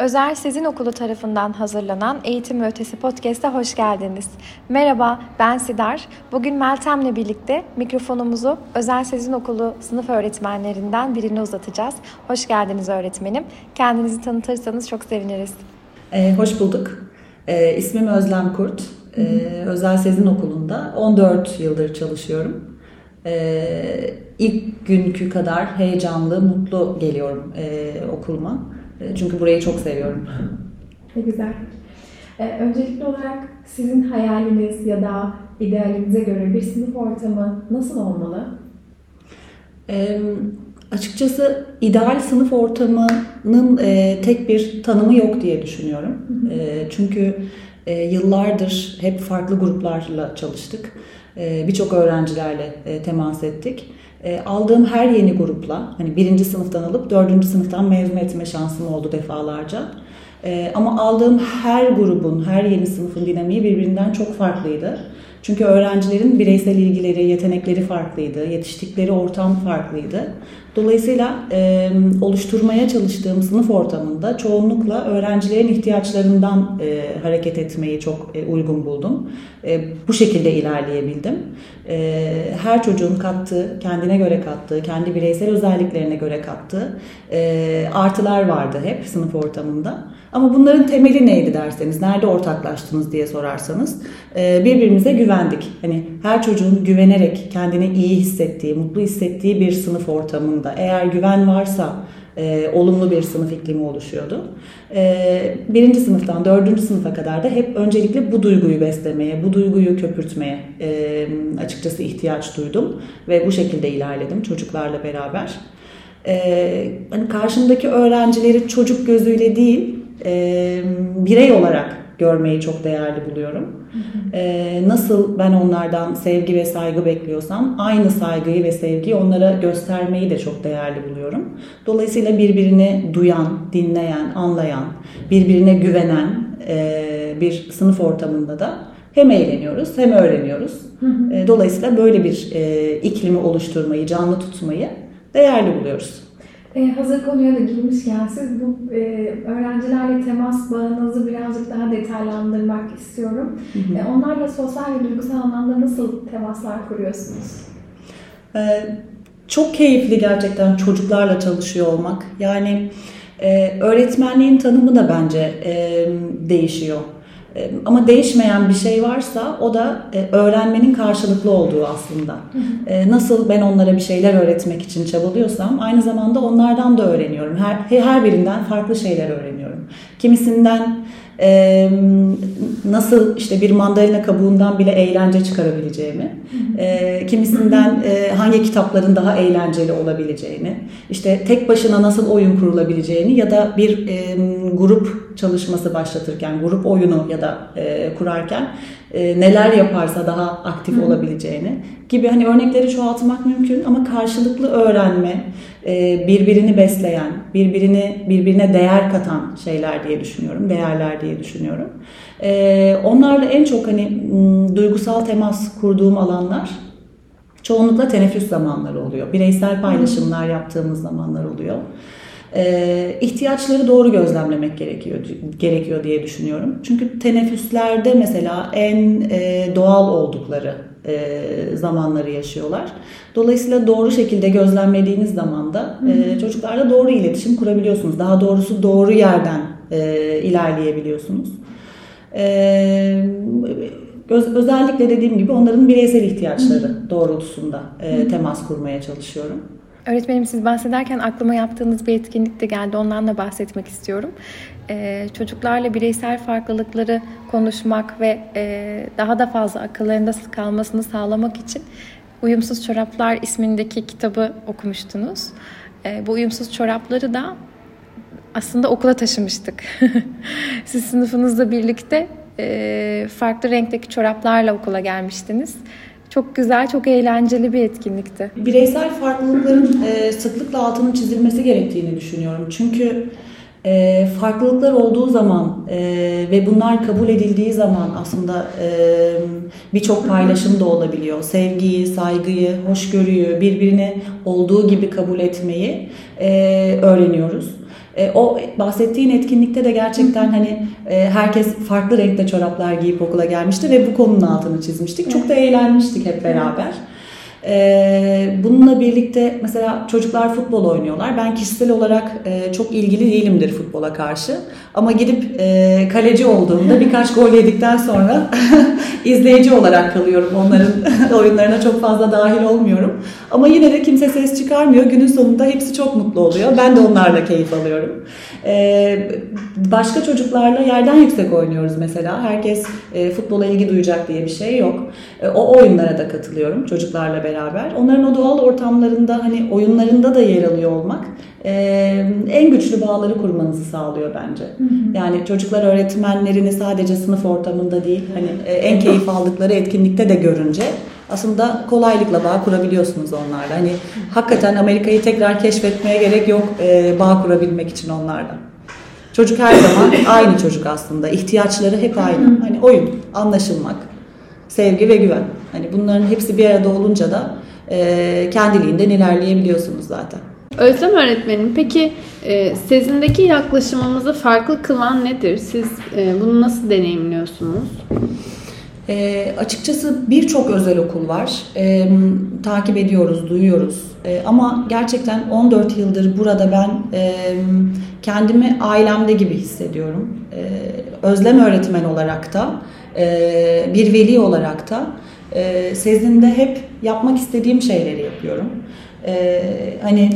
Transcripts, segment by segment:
Özel Sezin Okulu tarafından hazırlanan Eğitim ve Ötesi Podcast'a hoş geldiniz. Merhaba, ben Sidar. Bugün Meltem'le birlikte mikrofonumuzu Özel Sezin Okulu sınıf öğretmenlerinden birine uzatacağız. Hoş geldiniz öğretmenim. Kendinizi tanıtırsanız çok seviniriz. Hoş bulduk. İsmim Özlem Kurt. Özel Sezin Okulu'nda 14 yıldır çalışıyorum. İlk günkü kadar heyecanlı, mutlu geliyorum okuluma. Çünkü burayı çok seviyorum. Ne güzel. Öncelikli olarak sizin hayaliniz ya da idealinize göre bir sınıf ortamı nasıl olmalı? Açıkçası ideal sınıf ortamının tek bir tanımı yok diye düşünüyorum. Çünkü yıllardır hep farklı gruplarla çalıştık. Birçok öğrencilerle temas ettik. Aldığım her yeni grupla, hani 1. sınıftan alıp 4. sınıftan mezun etme şansım oldu defalarca. Ama aldığım her grubun, her yeni sınıfın dinamiği birbirinden çok farklıydı. Çünkü öğrencilerin bireysel ilgileri, yetenekleri farklıydı, yetiştikleri ortam farklıydı. Dolayısıyla oluşturmaya çalıştığım sınıf ortamında çoğunlukla öğrencilerin ihtiyaçlarından hareket etmeyi çok uygun buldum. Bu şekilde ilerleyebildim. Her çocuğun kattığı, kendine göre kattığı, kendi bireysel özelliklerine göre kattığı artılar vardı hep sınıf ortamında. Ama bunların temeli neydi derseniz, nerede ortaklaştınız diye sorarsanız birbirimize güvendik. Hani her çocuğun güvenerek kendini iyi hissettiği, mutlu hissettiği bir sınıf ortamında eğer güven varsa olumlu bir sınıf iklimi oluşuyordu. 1. sınıftan 4. sınıfa kadar da hep öncelikle bu duyguyu beslemeye, bu duyguyu köpürtmeye açıkçası ihtiyaç duydum ve bu şekilde ilerledim çocuklarla beraber. Hani karşımdaki öğrencileri çocuk gözüyle değil, birey olarak görmeyi çok değerli buluyorum. Nasıl ben onlardan sevgi ve saygı bekliyorsam aynı saygıyı ve sevgiyi onlara göstermeyi de çok değerli buluyorum. Dolayısıyla birbirini duyan, dinleyen, anlayan, birbirine güvenen bir sınıf ortamında da hem eğleniyoruz hem öğreniyoruz. Dolayısıyla böyle bir iklimi oluşturmayı, canlı tutmayı değerli buluyoruz. Hazır konuya da girmişken siz bu öğrencilerle temas bağınızı birazcık daha detaylandırmak istiyorum. Onlarla sosyal ve duygusal anlamda nasıl temaslar kuruyorsunuz? Çok keyifli gerçekten çocuklarla çalışıyor olmak. Yani öğretmenliğin tanımı da bence değişiyor. Ama değişmeyen bir şey varsa o da öğrenmenin karşılıklı olduğu aslında. Nasıl ben onlara bir şeyler öğretmek için çabalıyorsam aynı zamanda onlardan da öğreniyorum. Her birinden farklı şeyler öğreniyorum. Kimisinden nasıl işte bir mandalina kabuğundan bile eğlence çıkarabileceğimi, kimisinden hangi kitapların daha eğlenceli olabileceğini, işte tek başına nasıl oyun kurulabileceğini ya da bir grup çalışması başlatırken, grup oyunu ya da kurarken neler yaparsa daha aktif olabileceğini gibi hani örnekleri çoğaltmak mümkün ama karşılıklı öğrenme, birbirini besleyen, birbirine değer katan şeyler diye düşünüyorum, değerler diye düşünüyorum. Onlarla en çok hani duygusal temas kurduğum alanlar çoğunlukla teneffüs zamanları oluyor. Bireysel paylaşımlar yaptığımız zamanlar oluyor. İhtiyaçları doğru gözlemlemek gerekiyor diye düşünüyorum. Çünkü teneffüslerde mesela en doğal oldukları zamanları yaşıyorlar. Dolayısıyla doğru şekilde gözlemlediğiniz zaman da çocuklarla doğru iletişim kurabiliyorsunuz. Daha doğrusu doğru yerden ilerleyebiliyorsunuz. Özellikle dediğim gibi onların bireysel ihtiyaçları doğrultusunda temas kurmaya çalışıyorum. Öğretmenim siz bahsederken aklıma yaptığınız bir etkinlik de geldi. Ondan da bahsetmek istiyorum. Çocuklarla bireysel farklılıkları konuşmak ve daha da fazla akıllarında kalmasını sağlamak için Uyumsuz Çoraplar ismindeki kitabı okumuştunuz. Bu uyumsuz çorapları da aslında okula taşımıştık. Siz sınıfınızla birlikte farklı renkteki çoraplarla okula gelmiştiniz. Çok güzel, çok eğlenceli bir etkinlikti. Bireysel farklılıkların sıklıkla altının çizilmesi gerektiğini düşünüyorum. Çünkü Farklılıklar olduğu zaman ve bunlar kabul edildiği zaman aslında birçok paylaşım da olabiliyor. Sevgiyi, saygıyı, hoşgörüyü, birbirini olduğu gibi kabul etmeyi öğreniyoruz. O bahsettiğin etkinlikte de gerçekten hani herkes farklı renkte çoraplar giyip okula gelmişti ve bu konunun altını çizmiştik. Çok da eğlenmiştik hep beraber. Bununla birlikte mesela çocuklar futbol oynuyorlar. Ben kişisel olarak çok ilgili değilimdir futbola karşı. Ama gidip kaleci olduğumda birkaç gol yedikten sonra izleyici olarak kalıyorum. Onların oyunlarına çok fazla dahil olmuyorum. Ama yine de kimse ses çıkarmıyor. Günün sonunda hepsi çok mutlu oluyor. Ben de onlarla keyif alıyorum. Başka çocuklarla yerden yüksek oynuyoruz mesela. Herkes futbola ilgi duyacak diye bir şey yok. O oyunlara da katılıyorum çocuklarla beraber. Onların o doğal ortamlarında hani oyunlarında da yer alıyor olmak en güçlü bağları kurmanızı sağlıyor bence. Yani çocuklar öğretmenlerini sadece sınıf ortamında değil hani en keyif aldıkları etkinlikte de görünce aslında kolaylıkla bağ kurabiliyorsunuz onlarla. Hani hakikaten Amerika'yı tekrar keşfetmeye gerek yok bağ kurabilmek için onlarla. Çocuk her zaman aynı çocuk aslında. İhtiyaçları hep aynı. Hani oyun, anlaşılmak, sevgi ve güven. Hani bunların hepsi bir arada olunca da kendiliğinden ilerleyebiliyorsunuz zaten. Özlem öğretmenim, peki Sezin'deki yaklaşımımızı farklı kılan nedir? Siz bunu nasıl deneyimliyorsunuz? Açıkçası birçok özel okul var. Takip ediyoruz, duyuyoruz. Ama gerçekten 14 yıldır burada ben kendimi ailemde gibi hissediyorum. Özlem öğretmen olarak da, bir veli olarak da Sezin'de hep yapmak istediğim şeyleri yapıyorum. Hani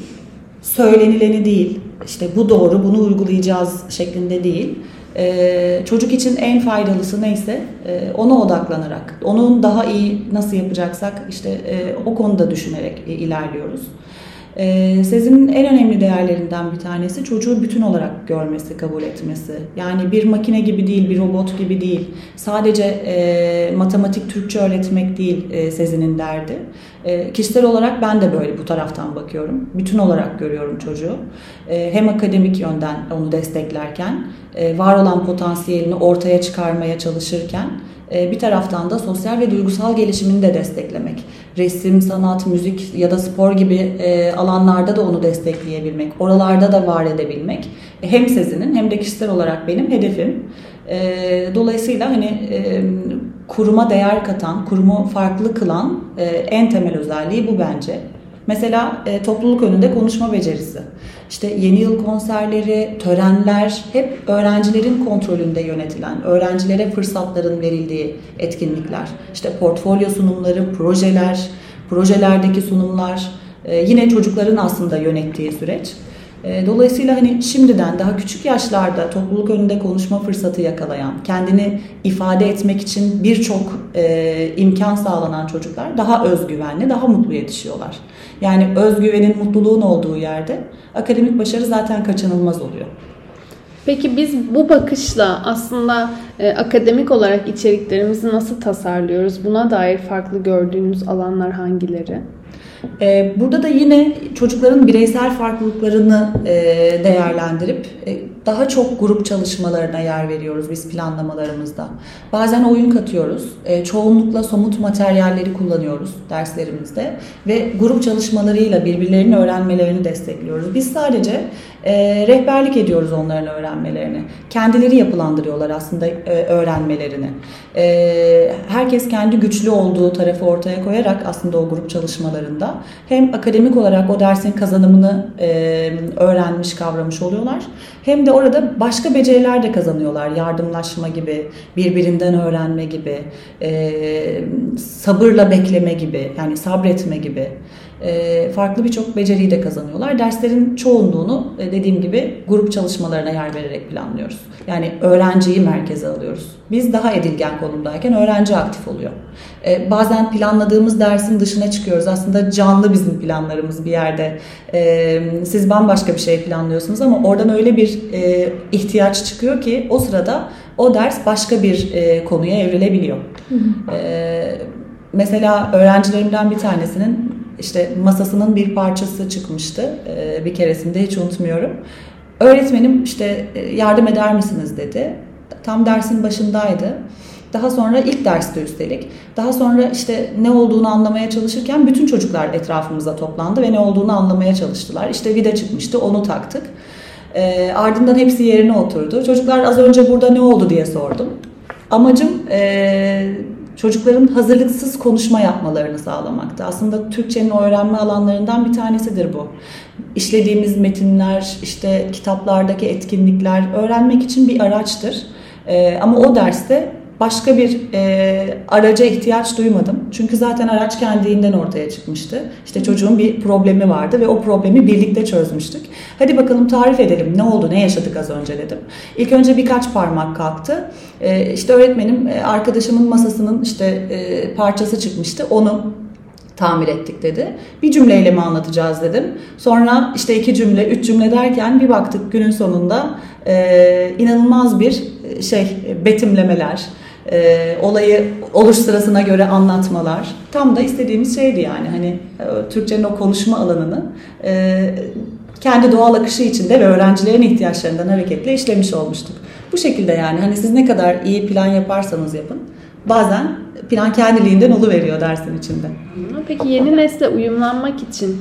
söylenileni değil, işte bu doğru, bunu uygulayacağız şeklinde değil. Çocuk için en faydalısı neyse ona odaklanarak, onun daha iyi nasıl yapacaksak işte o konuda düşünerek ilerliyoruz. Sezin'in en önemli değerlerinden bir tanesi çocuğu bütün olarak görmesi, kabul etmesi. Yani bir makine gibi değil, bir robot gibi değil. Sadece matematik, Türkçe öğretmek değil Sezin'in derdi. Kişisel olarak ben de böyle bu taraftan bakıyorum. Bütün olarak görüyorum çocuğu. Hem akademik yönden onu desteklerken, var olan potansiyelini ortaya çıkarmaya çalışırken, bir taraftan da sosyal ve duygusal gelişimini de desteklemek. Resim, sanat, müzik ya da spor gibi alanlarda da onu destekleyebilmek, oralarda da var edebilmek hem Sezin'in hem de kişisel olarak benim hedefim. Dolayısıyla hani kuruma değer katan, kurumu farklı kılan en temel özelliği bu bence. Mesela topluluk önünde konuşma becerisi. İşte yeni yıl konserleri, törenler hep öğrencilerin kontrolünde yönetilen, öğrencilere fırsatların verildiği etkinlikler. İşte portfolyo sunumları, projeler, projelerdeki sunumlar yine çocukların aslında yönettiği süreç. Dolayısıyla hani şimdiden daha küçük yaşlarda topluluk önünde konuşma fırsatı yakalayan, kendini ifade etmek için birçok imkan sağlanan çocuklar daha özgüvenli, daha mutlu yetişiyorlar. Yani özgüvenin, mutluluğun olduğu yerde akademik başarı zaten kaçınılmaz oluyor. Peki biz bu bakışla aslında akademik olarak içeriklerimizi nasıl tasarlıyoruz? Buna dair farklı gördüğünüz alanlar hangileri? Burada da yine çocukların bireysel farklılıklarını değerlendirip daha çok grup çalışmalarına yer veriyoruz biz planlamalarımızda. Bazen oyun katıyoruz. Çoğunlukla somut materyalleri kullanıyoruz derslerimizde ve grup çalışmalarıyla birbirlerinin öğrenmelerini destekliyoruz. Biz sadece rehberlik ediyoruz onların öğrenmelerini. Kendileri yapılandırıyorlar aslında öğrenmelerini. Herkes kendi güçlü olduğu tarafı ortaya koyarak aslında o grup çalışmalarında hem akademik olarak o dersin kazanımını öğrenmiş, kavramış oluyorlar. Hem de orada başka beceriler de kazanıyorlar. Yardımlaşma gibi, birbirinden öğrenme gibi, sabırla bekleme gibi, yani sabretme gibi. Farklı birçok beceriyi de kazanıyorlar. Derslerin çoğunluğunu dediğim gibi grup çalışmalarına yer vererek planlıyoruz. Yani öğrenciyi merkeze alıyoruz. Biz daha edilgen konumdayken öğrenci aktif oluyor. Bazen planladığımız dersin dışına çıkıyoruz. Aslında canlı bizim planlarımız bir yerde. Siz bambaşka bir şey planlıyorsunuz ama oradan öyle bir ihtiyaç çıkıyor ki o sırada o ders başka bir konuya evrilebiliyor. Mesela öğrencilerimden bir tanesinin İşte masasının bir parçası çıkmıştı bir keresinde, hiç unutmuyorum. Öğretmenim işte yardım eder misiniz dedi. Tam dersin başındaydı. Daha sonra ilk derste üstelik. Daha sonra işte ne olduğunu anlamaya çalışırken bütün çocuklar etrafımıza toplandı ve ne olduğunu anlamaya çalıştılar. İşte vida çıkmıştı, onu taktık. Ardından hepsi yerine oturdu. Çocuklar az önce burada ne oldu diye sordum. Amacım çocukların hazırlıksız konuşma yapmalarını sağlamaktı. Aslında Türkçenin öğrenme alanlarından bir tanesidir bu. İşlediğimiz metinler, işte kitaplardaki etkinlikler öğrenmek için bir araçtır. Ama o derste başka bir araca ihtiyaç duymadım. Çünkü zaten araç kendiliğinden ortaya çıkmıştı. İşte çocuğun bir problemi vardı ve o problemi birlikte çözmüştük. Hadi bakalım tarif edelim, ne oldu, ne yaşadık az önce dedim. İlk önce birkaç parmak kalktı. İşte öğretmenim arkadaşımın masasının işte parçası çıkmıştı, onu tamir ettik dedi. Bir cümleyle mi anlatacağız dedim. Sonra işte 2 cümle, 3 cümle derken bir baktık günün sonunda inanılmaz bir betimlemeler, olayı oluş sırasına göre anlatmalar. Tam da istediğimiz şeydi yani. Hani Türkçenin o konuşma alanını kendi doğal akışı içinde ve öğrencilerin ihtiyaçlarından hareketle işlemiş olmuştuk. Bu şekilde yani hani siz ne kadar iyi plan yaparsanız yapın, bazen plan kendiliğinden oluveriyor dersin içinde. Peki yeni nesle uyumlanmak için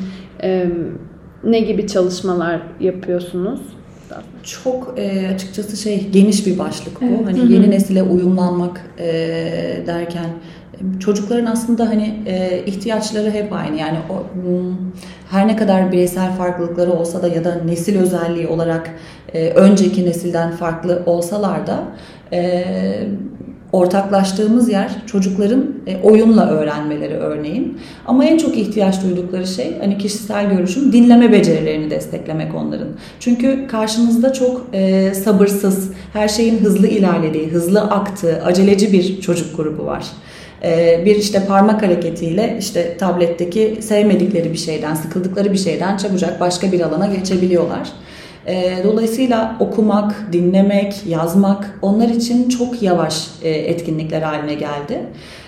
ne gibi çalışmalar yapıyorsunuz? Çok açıkçası geniş bir başlık bu. Evet. Hani yeni nesile uyumlanmak derken çocukların aslında hani ihtiyaçları hep aynı. Yani her ne kadar bireysel farklılıkları olsa da ya da nesil özelliği olarak önceki nesilden farklı olsalar da ortaklaştığımız yer çocukların oyunla öğrenmeleri örneğin. Ama en çok ihtiyaç duydukları şey, hani kişisel görüşüm, dinleme becerilerini desteklemek onların. Çünkü karşınızda çok sabırsız, her şeyin hızlı ilerlediği, hızlı aktığı, aceleci bir çocuk grubu var. Bir işte parmak hareketiyle işte tabletteki sevmedikleri bir şeyden, sıkıldıkları bir şeyden çabucak başka bir alana geçebiliyorlar. Dolayısıyla okumak, dinlemek, yazmak onlar için çok yavaş etkinlikler haline geldi.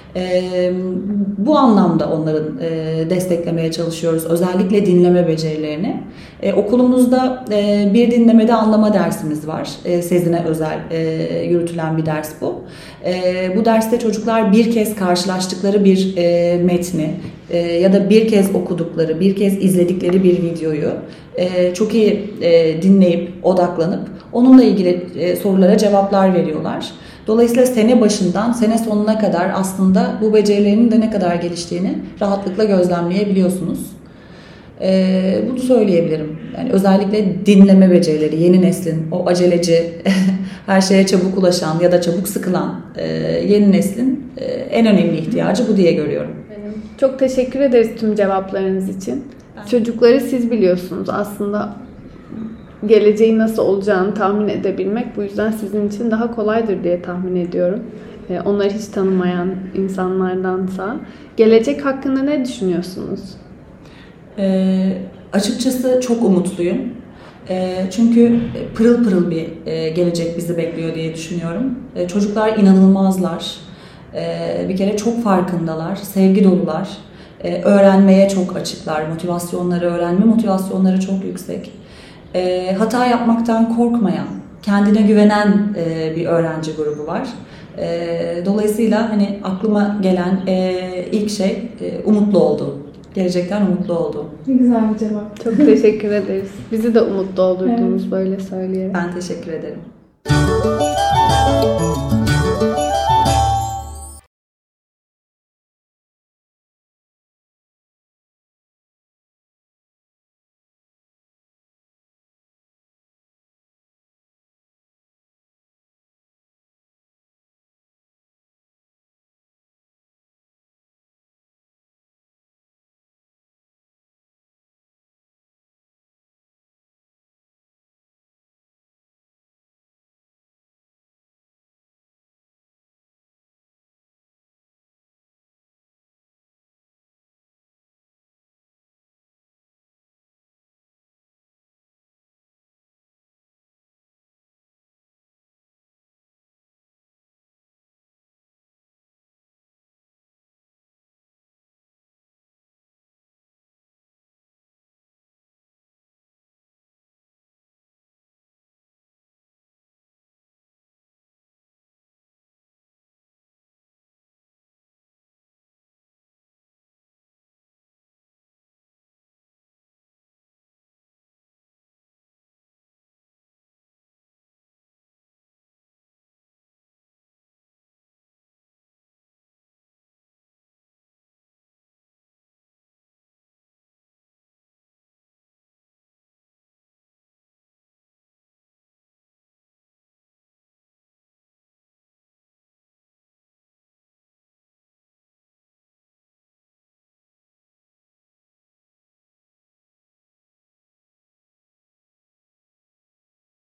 Bu anlamda onların desteklemeye çalışıyoruz. Özellikle dinleme becerilerini. Okulumuzda bir dinlemede anlama dersimiz var. Sezine özel yürütülen bir ders bu. Bu derste çocuklar bir kez karşılaştıkları bir metni ya da bir kez okudukları, bir kez izledikleri bir videoyu çok iyi dinleyip, odaklanıp onunla ilgili sorulara cevaplar veriyorlar. Dolayısıyla sene başından sene sonuna kadar aslında bu becerilerinin de ne kadar geliştiğini rahatlıkla gözlemleyebiliyorsunuz. Bunu söyleyebilirim. Yani özellikle dinleme becerileri, yeni neslin, o aceleci, her şeye çabuk ulaşan ya da çabuk sıkılan yeni neslin en önemli ihtiyacı bu diye görüyorum. Çok teşekkür ederiz tüm cevaplarınız için. Çocukları siz biliyorsunuz aslında. Geleceğin nasıl olacağını tahmin edebilmek bu yüzden sizin için daha kolaydır diye tahmin ediyorum. Onları hiç tanımayan insanlardansa. Gelecek hakkında ne düşünüyorsunuz? Açıkçası çok umutluyum. Çünkü pırıl pırıl bir gelecek bizi bekliyor diye düşünüyorum. Çocuklar inanılmazlar. Bir kere çok farkındalar, sevgi dolular. Öğrenmeye çok açıklar. Öğrenme motivasyonları çok yüksek. Hata yapmaktan korkmayan, kendine güvenen bir öğrenci grubu var. Dolayısıyla hani aklıma gelen ilk şey umutlu olduğum. Gelecekten umutlu olduğum. Ne güzel bir cevap. Çok teşekkür ederiz. Bizi de umutlu oldurdunuz, evet. Böyle söyleyerek. Ben teşekkür ederim.